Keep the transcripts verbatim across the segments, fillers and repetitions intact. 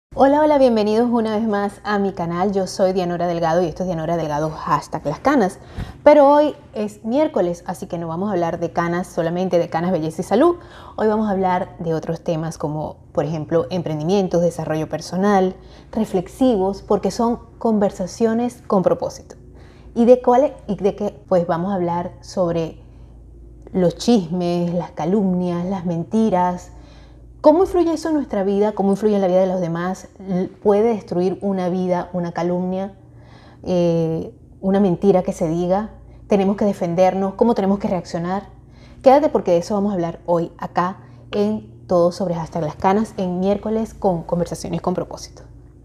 Hola, hola, bienvenidos una vez más a mi canal. Yo soy Dianora Delgado y esto es Dianora Delgado hashtag las canas. Pero hoy es miércoles, así que no vamos a hablar de canas solamente, de canas, belleza y salud. Hoy vamos a hablar de otros temas como, por ejemplo, emprendimientos, desarrollo personal, reflexivos, porque son conversaciones con propósito. ¿Y de cuáles? Y de qué? Pues vamos a hablar sobre los chismes, las calumnias, las mentiras. ¿Cómo influye eso en nuestra vida? ¿Cómo influye en la vida de los demás? ¿Puede destruir una vida, una calumnia, eh, una mentira que se diga? ¿Tenemos que defendernos? ¿Cómo tenemos que reaccionar? Quédate porque de eso vamos a hablar hoy acá en Todo sobre Hashtag Las Canas, en miércoles con Conversaciones con Propósito.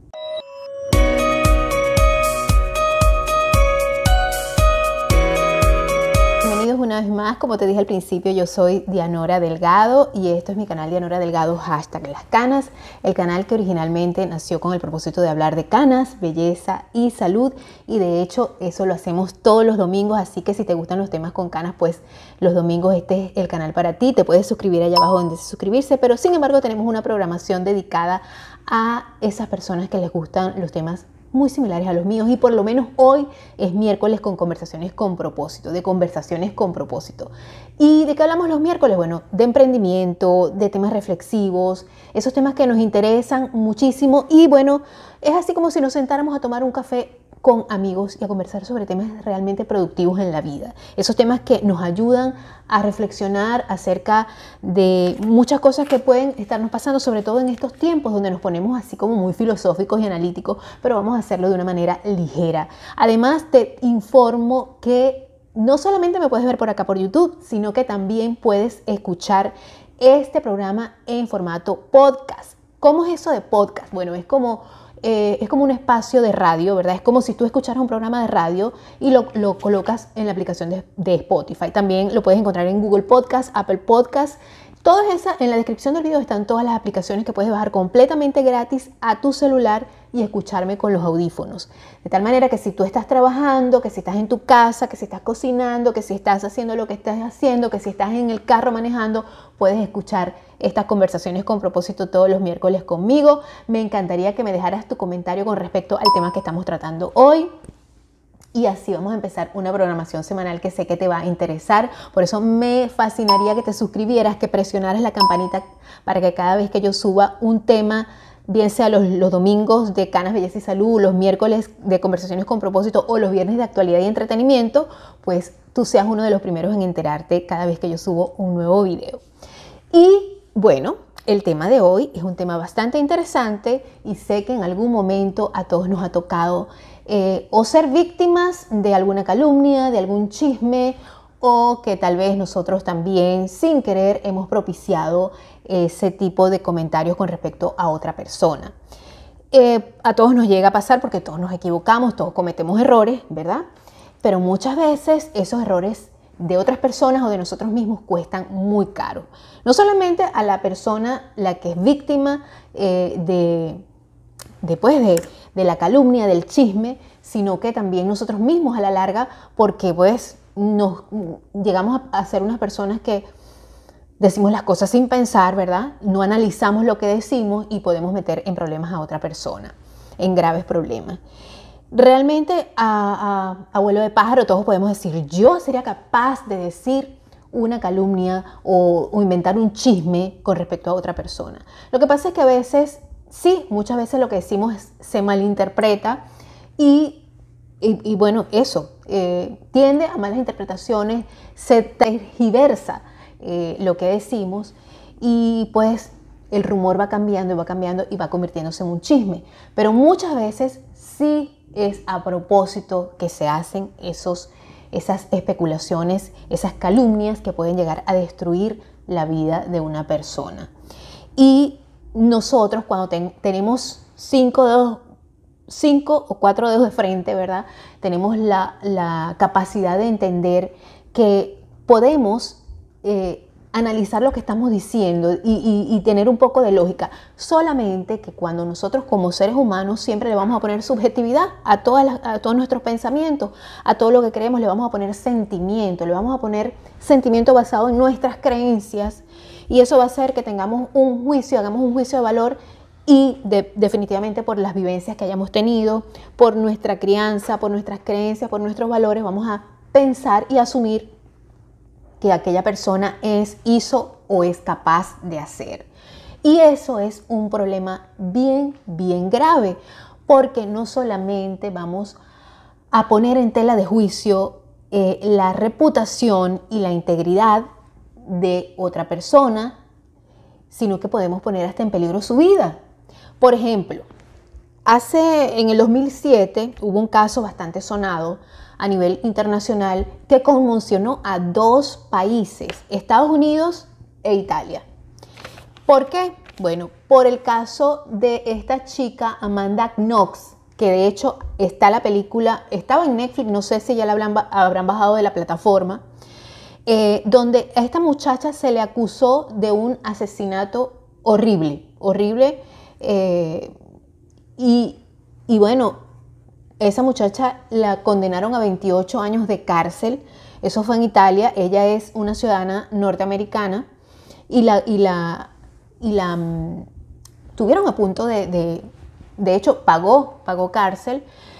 Una vez más, como te dije al principio, yo soy Dianora Delgado y esto es mi canal Dianora Delgado hashtag las canas, el canal que originalmente nació con el propósito de hablar de canas, belleza y salud, y de hecho eso lo hacemos todos los domingos, así que si te gustan los temas con canas, pues los domingos este es el canal para ti. Te puedes suscribir allá abajo donde dice suscribirse, pero sin embargo tenemos una programación dedicada a esas personas que les gustan los temas muy similares a los míos, y por lo menos hoy es miércoles con conversaciones con propósito, de conversaciones con propósito. ¿Y de qué hablamos los miércoles? Bueno, de emprendimiento, de temas reflexivos, esos temas que nos interesan muchísimo, y bueno, es así como si nos sentáramos a tomar un café con amigos y a conversar sobre temas realmente productivos en la vida. Esos temas que nos ayudan a reflexionar acerca de muchas cosas que pueden estarnos pasando, sobre todo en estos tiempos donde nos ponemos así como muy filosóficos y analíticos, pero vamos a hacerlo de una manera ligera. Además, te informo que no solamente me puedes ver por acá por YouTube, sino que también puedes escuchar este programa en formato podcast. ¿Cómo es eso de podcast? Bueno, es como Eh, es como un espacio de radio, ¿verdad? Es como si tú escucharas un programa de radio y lo, lo colocas en la aplicación de, de Spotify. También lo puedes encontrar en Google Podcast, Apple Podcast. Todas esas, en la descripción del video están todas las aplicaciones que puedes bajar completamente gratis a tu celular y escucharme con los audífonos. De tal manera que si tú estás trabajando, que si estás en tu casa, que si estás cocinando, que si estás haciendo lo que estás haciendo, que si estás en el carro manejando, puedes escuchar estas conversaciones con propósito todos los miércoles conmigo. Me encantaría que me dejaras tu comentario con respecto al tema que estamos tratando hoy. Y así vamos a empezar una programación semanal que sé que te va a interesar. Por eso me fascinaría que te suscribieras, que presionaras la campanita para que cada vez que yo suba un tema, bien sea los, los domingos de Canas, Belleza y Salud, los miércoles de Conversaciones con Propósito o los viernes de Actualidad y Entretenimiento, pues tú seas uno de los primeros en enterarte cada vez que yo subo un nuevo video. Y bueno, el tema de hoy es un tema bastante interesante y sé que en algún momento a todos nos ha tocado eh, o ser víctimas de alguna calumnia, de algún chisme, o que tal vez nosotros también sin querer hemos propiciado ese tipo de comentarios con respecto a otra persona. Eh, a todos nos llega a pasar porque todos nos equivocamos, todos cometemos errores, ¿verdad? Pero muchas veces esos errores de otras personas o de nosotros mismos cuestan muy caro. No solamente a la persona la que es víctima eh, de, de, pues de, de la calumnia, del chisme, sino que también nosotros mismos a la larga, porque pues nos llegamos a ser unas personas que decimos las cosas sin pensar, ¿verdad? No analizamos lo que decimos y podemos meter en problemas a otra persona, en graves problemas. Realmente, a, a, a vuelo de pájaro, todos podemos decir, yo sería capaz de decir una calumnia o, o inventar un chisme con respecto a otra persona. Lo que pasa es que a veces, sí, muchas veces lo que decimos es, se malinterpreta y, y, y bueno, eso eh, tiende a malas interpretaciones, se tergiversa eh, lo que decimos y pues el rumor va cambiando y va cambiando y va convirtiéndose en un chisme. Pero muchas veces sí es a propósito que se hacen esos, esas especulaciones, esas calumnias que pueden llegar a destruir la vida de una persona. Y nosotros cuando ten, tenemos cinco dedos, cinco o cuatro dedos de frente, ¿verdad? Tenemos la, la capacidad de entender que podemos eh, analizar lo que estamos diciendo y, y, y tener un poco de lógica. Solamente que cuando nosotros como seres humanos siempre le vamos a poner subjetividad a, todas las, a todos nuestros pensamientos, a todo lo que creemos, le vamos a poner sentimiento, le vamos a poner sentimiento basado en nuestras creencias, y eso va a hacer que tengamos un juicio, hagamos un juicio de valor y de, definitivamente por las vivencias que hayamos tenido, por nuestra crianza, por nuestras creencias, por nuestros valores, vamos a pensar y asumir que aquella persona es, hizo o es capaz de hacer. Y eso es un problema bien, bien grave, porque no solamente vamos a poner en tela de juicio eh, la reputación y la integridad de otra persona, sino que podemos poner hasta en peligro su vida. Por ejemplo, hace en el dos mil siete hubo un caso bastante sonado a nivel internacional que conmocionó a dos países, Estados Unidos e Italia. ¿Por qué? Bueno, por el caso de esta chica Amanda Knox, que de hecho está la película, estaba en Netflix, no sé si ya la habrán, habrán bajado de la plataforma, eh, donde a esta muchacha se le acusó de un asesinato horrible, horrible, eh, y, y bueno, esa muchacha la condenaron a veintiocho años de cárcel. Eso fue en Italia. Ella es una ciudadana norteamericana y la, y la, y la um, tuvieron a punto de, de, de hecho, pagó, pagó cárcel.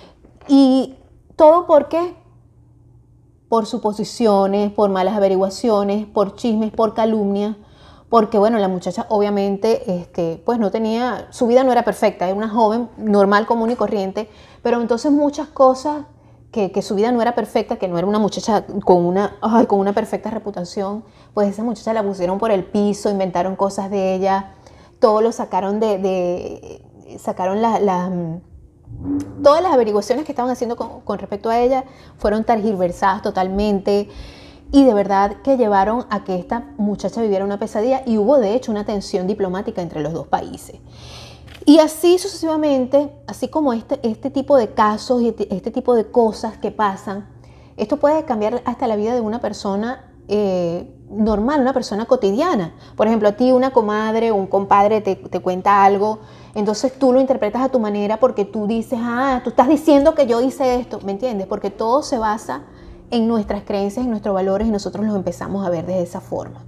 Y todo ¿por qué? Por suposiciones, por malas averiguaciones, por chismes, por calumnias. Porque, bueno, la muchacha obviamente este, pues no tenía, su vida no era perfecta, era una joven normal, común y corriente, pero entonces muchas cosas, que, que su vida no era perfecta, que no era una muchacha con una, ay, con una perfecta reputación, pues esa muchacha la pusieron por el piso, inventaron cosas de ella, todo lo sacaron de, de sacaron la, la, todas las averiguaciones que estaban haciendo con, con respecto a ella fueron tergiversadas totalmente. Y de verdad que llevaron a que esta muchacha viviera una pesadilla y hubo de hecho una tensión diplomática entre los dos países. Y así sucesivamente, así como este, este tipo de casos y este, este tipo de cosas que pasan, esto puede cambiar hasta la vida de una persona eh, normal, una persona cotidiana. Por ejemplo, a ti una comadre o un compadre te, te cuenta algo, entonces tú lo interpretas a tu manera porque tú dices, ah, tú estás diciendo que yo hice esto, ¿me entiendes? Porque todo se basa en nuestras creencias, en nuestros valores y nosotros los empezamos a ver de esa forma.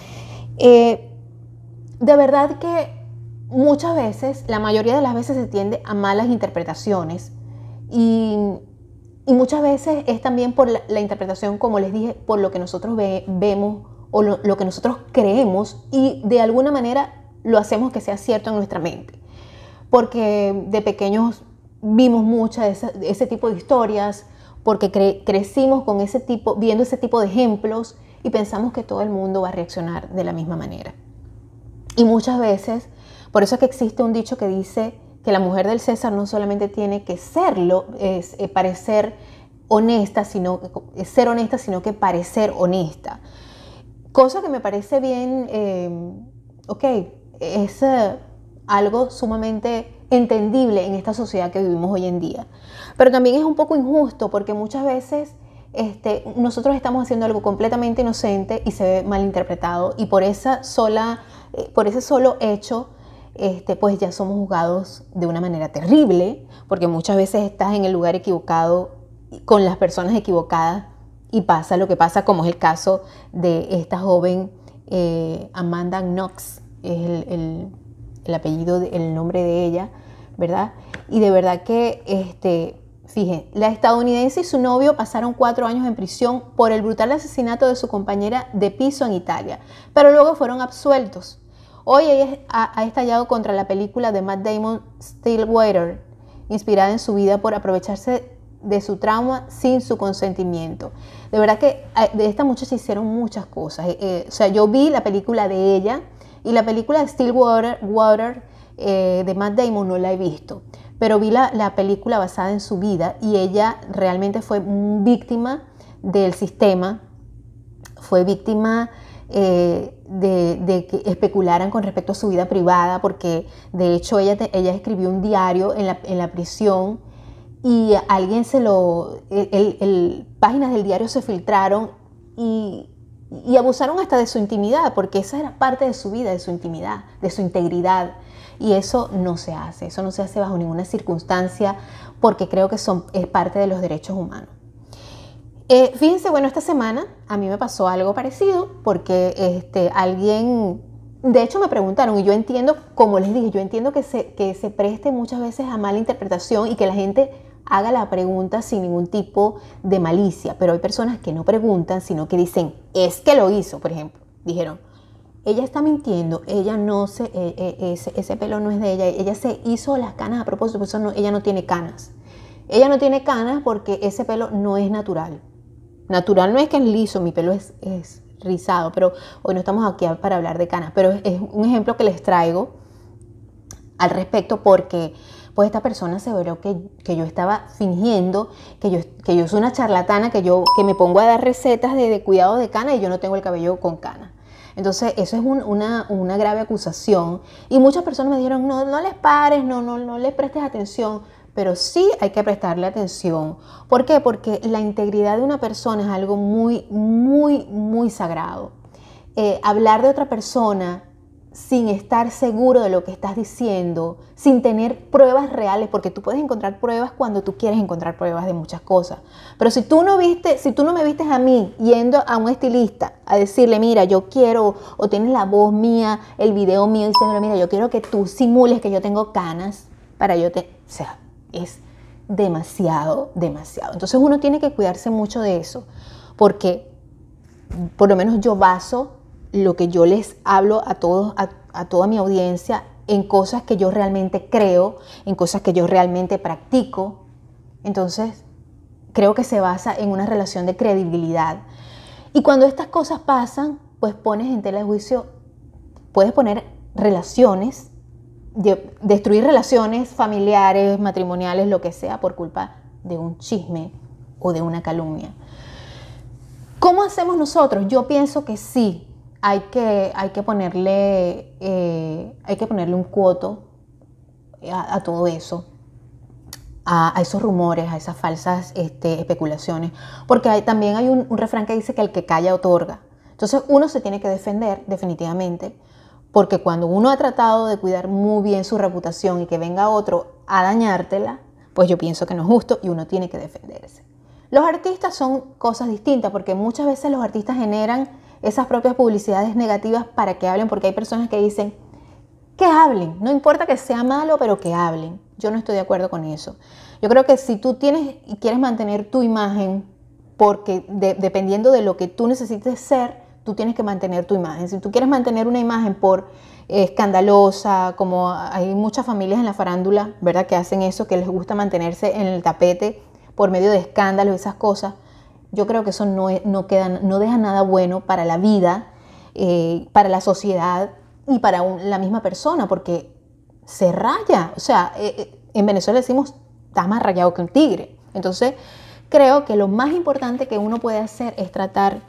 Eh, de verdad que muchas veces, la mayoría de las veces se tiende a malas interpretaciones y, y muchas veces es también por la, la interpretación, como les dije, por lo que nosotros ve, vemos o lo, lo que nosotros creemos y de alguna manera lo hacemos que sea cierto en nuestra mente. Porque de pequeños vimos muchas de, esa, de ese tipo de historias, porque cre crecimos con ese tipo, viendo ese tipo de ejemplos y pensamos que todo el mundo va a reaccionar de la misma manera. Y muchas veces, por eso es que existe un dicho que dice que la mujer del César no solamente tiene que serlo, es, eh, parecer honesta, sino, es ser honesta, sino que parecer honesta. Cosa que me parece bien, eh, ok, es eh, algo sumamente entendible en esta sociedad que vivimos hoy en día. Pero también es un poco injusto porque muchas veces este, nosotros estamos haciendo algo completamente inocente y se ve malinterpretado y por, esa sola, eh, por ese solo hecho este, pues ya somos juzgados de una manera terrible porque muchas veces estás en el lugar equivocado con las personas equivocadas y pasa lo que pasa, como es el caso de esta joven eh, Amanda Knox, es el, el el apellido, el nombre de ella, ¿verdad? Y de verdad que, este, fíjense, la estadounidense y su novio pasaron cuatro años en prisión por el brutal asesinato de su compañera de piso en Italia, pero luego fueron absueltos. Hoy ella ha, ha estallado contra la película de Matt Damon, Stillwater, inspirada en su vida por aprovecharse de su trauma sin su consentimiento. De verdad que de esta muchacha se hicieron muchas cosas. Eh, eh, o sea, yo vi la película de ella, y la película de Stillwater Water, eh, de Matt Damon no la he visto, pero vi la, la película basada en su vida y ella realmente fue víctima del sistema, fue víctima eh, de, de que especularan con respecto a su vida privada, porque de hecho ella, ella escribió un diario en la, en la prisión y alguien se lo, el, el, el, páginas del diario se filtraron y Y abusaron hasta de su intimidad, porque esa era parte de su vida, de su intimidad, de su integridad. Y eso no se hace, eso no se hace bajo ninguna circunstancia, porque creo que son, es parte de los derechos humanos. Eh, fíjense, bueno, esta semana a mí me pasó algo parecido, porque este, alguien de hecho me preguntaron y yo entiendo, como les dije, yo entiendo que se, que se preste muchas veces a mala interpretación y que la gente haga la pregunta sin ningún tipo de malicia, pero hay personas que no preguntan, sino que dicen, es que lo hizo, por ejemplo. Dijeron, ella está mintiendo, ella no se, eh, eh, ese, ese pelo no es de ella, ella se hizo las canas a propósito, por eso no, ella no tiene canas. Ella no tiene canas porque ese pelo no es natural. Natural no es que es liso, mi pelo es, es rizado, pero hoy no estamos aquí para hablar de canas, pero es, es un ejemplo que les traigo al respecto porque pues esta persona se vio que, que yo estaba fingiendo, que yo, que yo soy una charlatana, que yo que me pongo a dar recetas de, de cuidado de canas y yo no tengo el cabello con canas. Entonces eso es un, una, una grave acusación y muchas personas me dijeron, no, no les pares, no, no, no les prestes atención, pero sí hay que prestarle atención. ¿Por qué? Porque la integridad de una persona es algo muy, muy, muy sagrado. Eh, hablar de otra persona sin estar seguro de lo que estás diciendo, sin tener pruebas reales, porque tú puedes encontrar pruebas cuando tú quieres encontrar pruebas de muchas cosas. Pero si tú no viste, si tú no me vistes a mí yendo a un estilista a decirle, mira, yo quiero, o tienes la voz mía, el video mío diciéndole, mira, yo quiero que tú simules que yo tengo canas para yo te, o sea, es demasiado, demasiado. Entonces uno tiene que cuidarse mucho de eso, porque por lo menos yo baso lo que yo les hablo a todos, a, a toda mi audiencia, en cosas que yo realmente creo, en cosas que yo realmente practico. Entonces, creo que se basa en una relación de credibilidad. Y cuando estas cosas pasan, pues pones en tela de juicio, puedes poner relaciones, de, destruir relaciones familiares, matrimoniales, lo que sea, por culpa de un chisme o de una calumnia. ¿Cómo hacemos nosotros? Yo pienso que sí. Hay que, hay que ponerle, eh, hay que ponerle un coto a, a todo eso, a, a esos rumores, a esas falsas este, especulaciones, porque hay, también hay un, un refrán que dice que el que calla otorga. Entonces uno se tiene que defender definitivamente, porque cuando uno ha tratado de cuidar muy bien su reputación y que venga otro a dañártela, pues yo pienso que no es justo y uno tiene que defenderse. Los artistas son cosas distintas, porque muchas veces los artistas generan esas propias publicidades negativas para que hablen, porque hay personas que dicen que hablen, no importa que sea malo, pero que hablen. Yo no estoy de acuerdo con eso. Yo creo que si tú tienes y quieres mantener tu imagen, porque de, dependiendo de lo que tú necesites ser, tú tienes que mantener tu imagen. Si tú quieres mantener una imagen por eh, escandalosa, como hay muchas familias en la farándula, ¿verdad?, que hacen eso, que les gusta mantenerse en el tapete por medio de escándalos y esas cosas, yo creo que eso no, es, no, queda, no deja nada bueno para la vida, eh, para la sociedad y para un, la misma persona, porque se raya. O sea, eh, en Venezuela decimos, estás más rayado que un tigre. Entonces, creo que lo más importante que uno puede hacer es tratar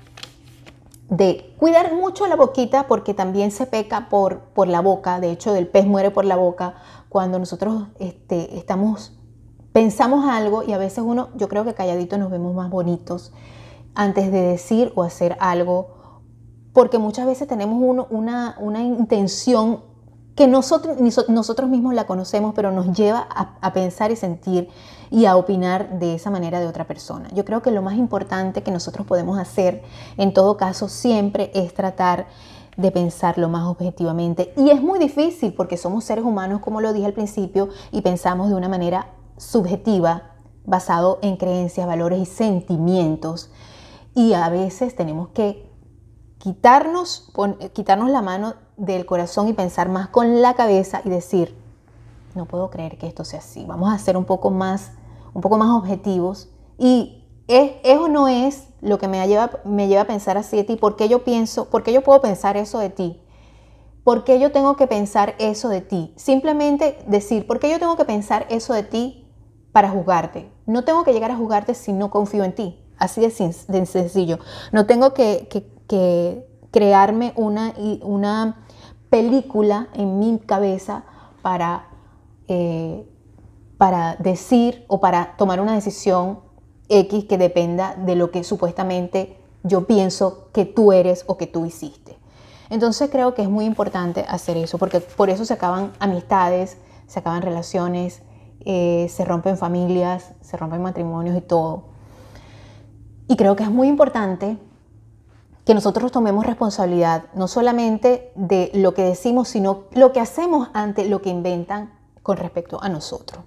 de cuidar mucho la boquita, porque también se peca por, por la boca. De hecho, el pez muere por la boca cuando nosotros este, estamos... pensamos algo y a veces uno, yo creo que calladito nos vemos más bonitos antes de decir o hacer algo, porque muchas veces tenemos uno, una, una intención que nosotros, nosotros mismos la conocemos, pero nos lleva a, a pensar y sentir y a opinar de esa manera de otra persona. Yo creo que lo más importante que nosotros podemos hacer en todo caso siempre es tratar de pensarlo más objetivamente, y es muy difícil porque somos seres humanos, como lo dije al principio, y pensamos de una manera subjetiva, basado en creencias, valores y sentimientos, y a veces tenemos que quitarnos, pon, quitarnos la mano del corazón y pensar más con la cabeza y decir, no puedo creer que esto sea así, vamos a ser un poco más, un poco más objetivos, y es, eso no es lo que me lleva, me lleva a pensar así de ti. ¿Por qué yo pienso, por qué yo puedo pensar eso de ti? ¿Por qué yo tengo que pensar eso de ti? Simplemente decir, ¿por qué yo tengo que pensar eso de ti para juzgarte? No tengo que llegar a juzgarte si no confío en ti. Así de, de sencillo. No tengo que, que, que crearme una, una película en mi cabeza para, eh, para decir o para tomar una decisión X que dependa de lo que supuestamente yo pienso que tú eres o que tú hiciste. Entonces creo que es muy importante hacer eso, porque por eso se acaban amistades, se acaban relaciones, eh, se rompen familias, se rompen matrimonios y todo. Y creo que es muy importante que nosotros tomemos responsabilidad, no solamente de lo que decimos, sino lo que hacemos ante lo que inventan con respecto a nosotros.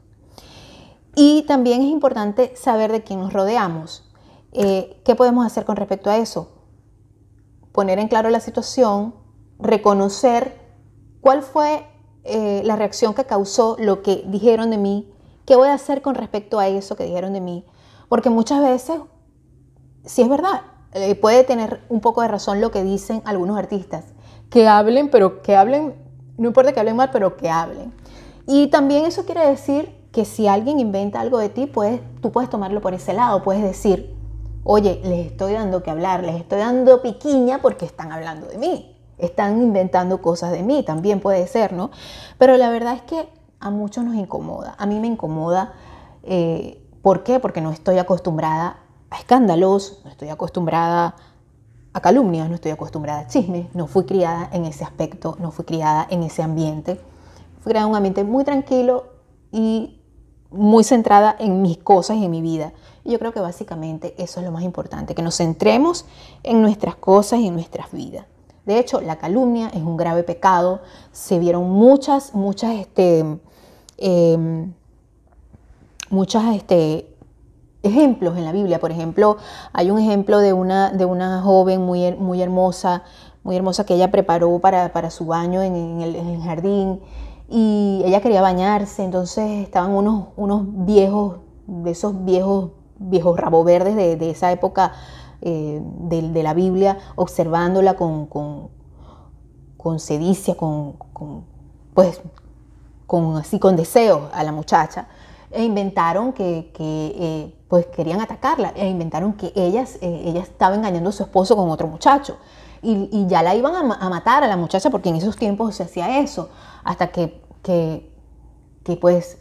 Y también es importante saber de quién nos rodeamos. Eh, ¿Qué podemos hacer con respecto a eso? Poner en claro la situación, reconocer cuál fue eh, la reacción que causó lo que dijeron de mí, qué voy a hacer con respecto a eso que dijeron de mí, porque muchas veces, sí es verdad, eh, puede tener un poco de razón lo que dicen algunos artistas, que hablen, pero que hablen, no importa que hablen mal, pero que hablen. Y también eso quiere decir que si alguien inventa algo de ti, puedes, tú puedes tomarlo por ese lado, puedes decir, oye, les estoy dando que hablar, les estoy dando piquiña porque están hablando de mí, están inventando cosas de mí, también puede ser, ¿no? Pero la verdad es que a muchos nos incomoda, a mí me incomoda, eh, ¿por qué? Porque no estoy acostumbrada a escándalos, no estoy acostumbrada a calumnias, no estoy acostumbrada a chismes, no fui criada en ese aspecto, no fui criada en ese ambiente, fui criada en un ambiente muy tranquilo y muy centrada en mis cosas y en mi vida. Y yo creo que básicamente eso es lo más importante, que nos centremos en nuestras cosas y en nuestras vidas. De hecho, la calumnia es un grave pecado. Se vieron muchas, muchas, este, eh, muchas, este, ejemplos en la Biblia. Por ejemplo, hay un ejemplo de una, de una joven muy, muy hermosa, muy hermosa que ella preparó para, para su baño en, en, el, en el jardín. Y ella quería bañarse, entonces estaban unos, unos viejos, de esos viejos, viejos rabo verdes de, de esa época eh, de, de la Biblia, observándola con, con, con sedicia, con, con, pues, con, así, con deseo a la muchacha. E inventaron que, que eh, pues querían atacarla, e inventaron que ellas, eh, ella estaba engañando a su esposo con otro muchacho. Y, y ya la iban a, a matar a la muchacha porque en esos tiempos se hacía eso, hasta que, que, que pues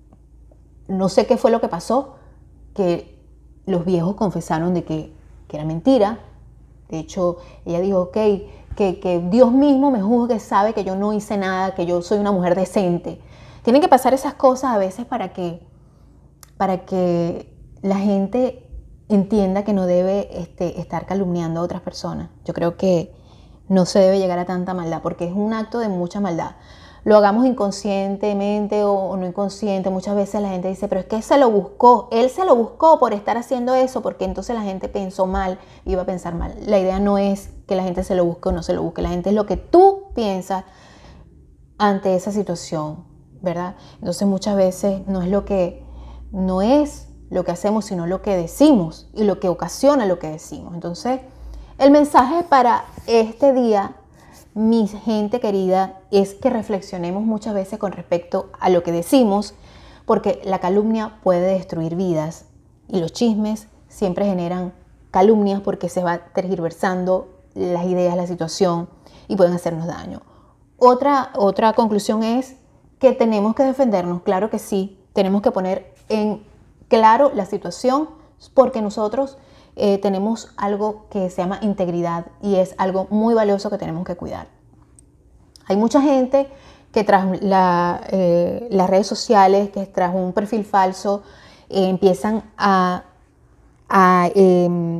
no sé qué fue lo que pasó, que los viejos confesaron de que, que era mentira. De hecho, ella dijo, ok, que, que Dios mismo me juzgue, sabe que yo no hice nada, que yo soy una mujer decente. Tienen que pasar esas cosas a veces para que, para que la gente entienda que no debe este, estar calumniando a otras personas. Yo creo que no se debe llegar a tanta maldad, porque es un acto de mucha maldad. Lo hagamos inconscientemente o, o no inconsciente. Muchas veces la gente dice, pero es que él se lo buscó, él se lo buscó por estar haciendo eso, porque entonces la gente pensó mal, iba a pensar mal. La idea no es que la gente se lo busque o no se lo busque, la gente es lo que tú piensas ante esa situación, ¿verdad? Entonces muchas veces no es lo que, no es lo que hacemos, sino lo que decimos y lo que ocasiona lo que decimos. Entonces, el mensaje para este día, mi gente querida, es que reflexionemos muchas veces con respecto a lo que decimos, porque la calumnia puede destruir vidas y los chismes siempre generan calumnias porque se va tergiversando las ideas, la situación y pueden hacernos daño. Otra, otra conclusión es que tenemos que defendernos, claro que sí, tenemos que poner en claro la situación porque nosotros eh, tenemos algo que se llama integridad y es algo muy valioso que tenemos que cuidar. Hay mucha gente que tras la, eh, las redes sociales, que tras un perfil falso, eh, empiezan a, a eh,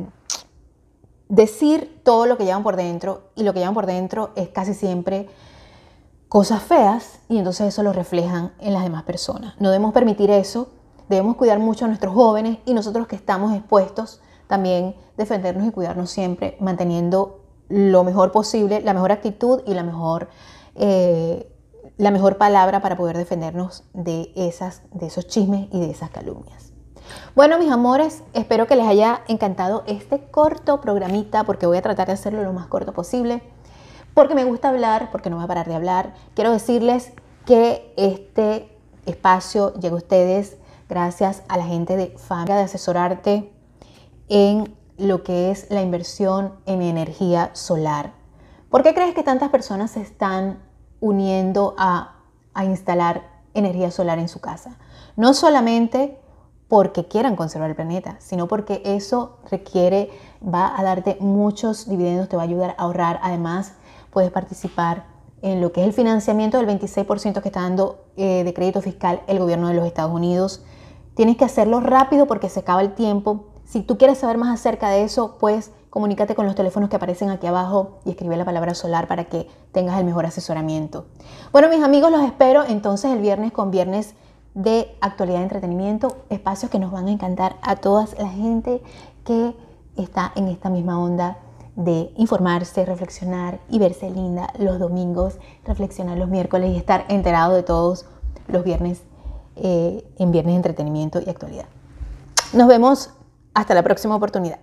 decir todo lo que llevan por dentro y lo que llevan por dentro es casi siempre cosas feas y entonces eso lo reflejan en las demás personas. No debemos permitir eso. Debemos cuidar mucho a nuestros jóvenes y nosotros que estamos expuestos también defendernos y cuidarnos siempre, manteniendo lo mejor posible, la mejor actitud y la mejor, eh, la mejor palabra para poder defendernos de, esas, de esos chismes y de esas calumnias. Bueno, mis amores, espero que les haya encantado este corto programita porque voy a tratar de hacerlo lo más corto posible, porque me gusta hablar, porque no voy a parar de hablar. Quiero decirles que este espacio llega a ustedes gracias a la gente de Familia de Asesorarte en lo que es la inversión en energía solar. ¿Por qué crees que tantas personas se están uniendo a, a instalar energía solar en su casa? No solamente porque quieran conservar el planeta, sino porque eso requiere, va a darte muchos dividendos, te va a ayudar a ahorrar. Además, puedes participar en lo que es el financiamiento del veintiséis por ciento que está dando eh, de crédito fiscal el gobierno de los Estados Unidos. Tienes que hacerlo rápido porque se acaba el tiempo. Si tú quieres saber más acerca de eso, puedes comunícate con los teléfonos que aparecen aquí abajo y escribe la palabra solar para que tengas el mejor asesoramiento. Bueno, mis amigos, los espero entonces el viernes con viernes de actualidad y entretenimiento, espacios que nos van a encantar a toda la gente que está en esta misma onda de informarse, reflexionar y verse linda los domingos, reflexionar los miércoles y estar enterado de todos los viernes eh, en viernes de entretenimiento y actualidad. Nos vemos hasta la próxima oportunidad.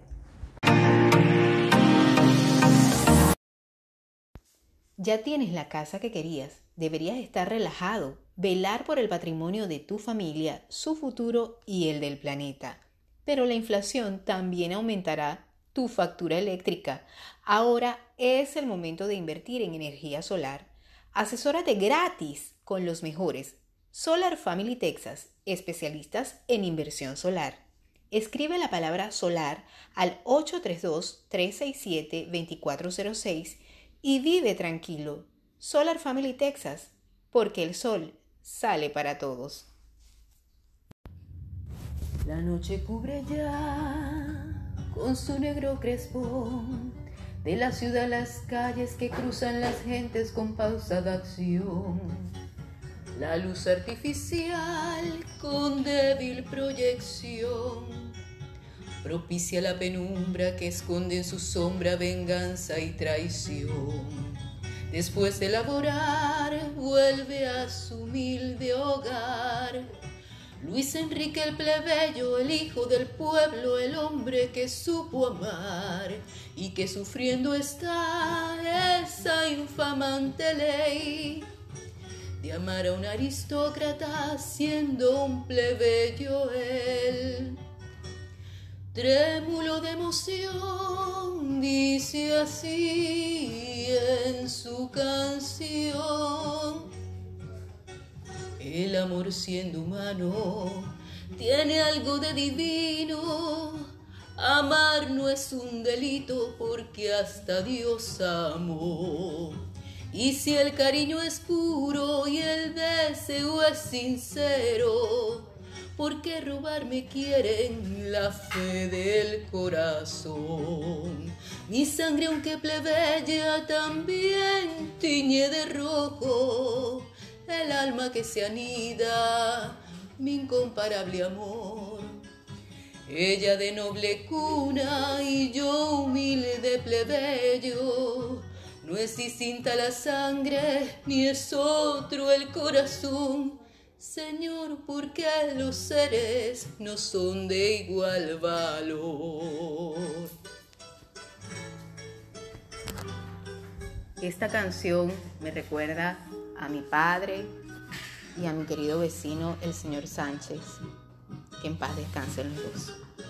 Ya tienes la casa que querías. Deberías estar relajado, velar por el patrimonio de tu familia, su futuro y el del planeta. Pero la inflación también aumentará tu factura eléctrica. Ahora es el momento de invertir en energía solar. Asesórate gratis con los mejores. Solar Family Texas, especialistas en inversión solar. Escribe la palabra solar al ocho tres dos, tres seis siete, dos cuatro cero seis y vive tranquilo. Solar Family Texas, porque el sol sale para todos. La noche cubre ya con su negro crespón de la ciudad las calles que cruzan las gentes con pausada acción. La luz artificial con débil proyección propicia la penumbra que esconde en su sombra venganza y traición. Después de laborar, vuelve a su humilde hogar. Luis Enrique el plebeyo, el hijo del pueblo, el hombre que supo amar y que sufriendo está esa infamante ley de amar a un aristócrata siendo un plebeyo él. Trémulo de emoción, dice así en su canción: el amor siendo humano tiene algo de divino. Amar no es un delito porque hasta Dios amó. Y si el cariño es puro y el deseo es sincero, ¿por qué robarme quieren la fe del corazón? Mi sangre, aunque plebeya, también tiñe de rojo el alma que se anida, mi incomparable amor. Ella de noble cuna y yo humilde plebeyo. No es distinta la sangre, ni es otro el corazón. Señor, ¿por qué los seres no son de igual valor? Esta canción me recuerda a mi padre y a mi querido vecino, el señor Sánchez. Que en paz descansen los dos.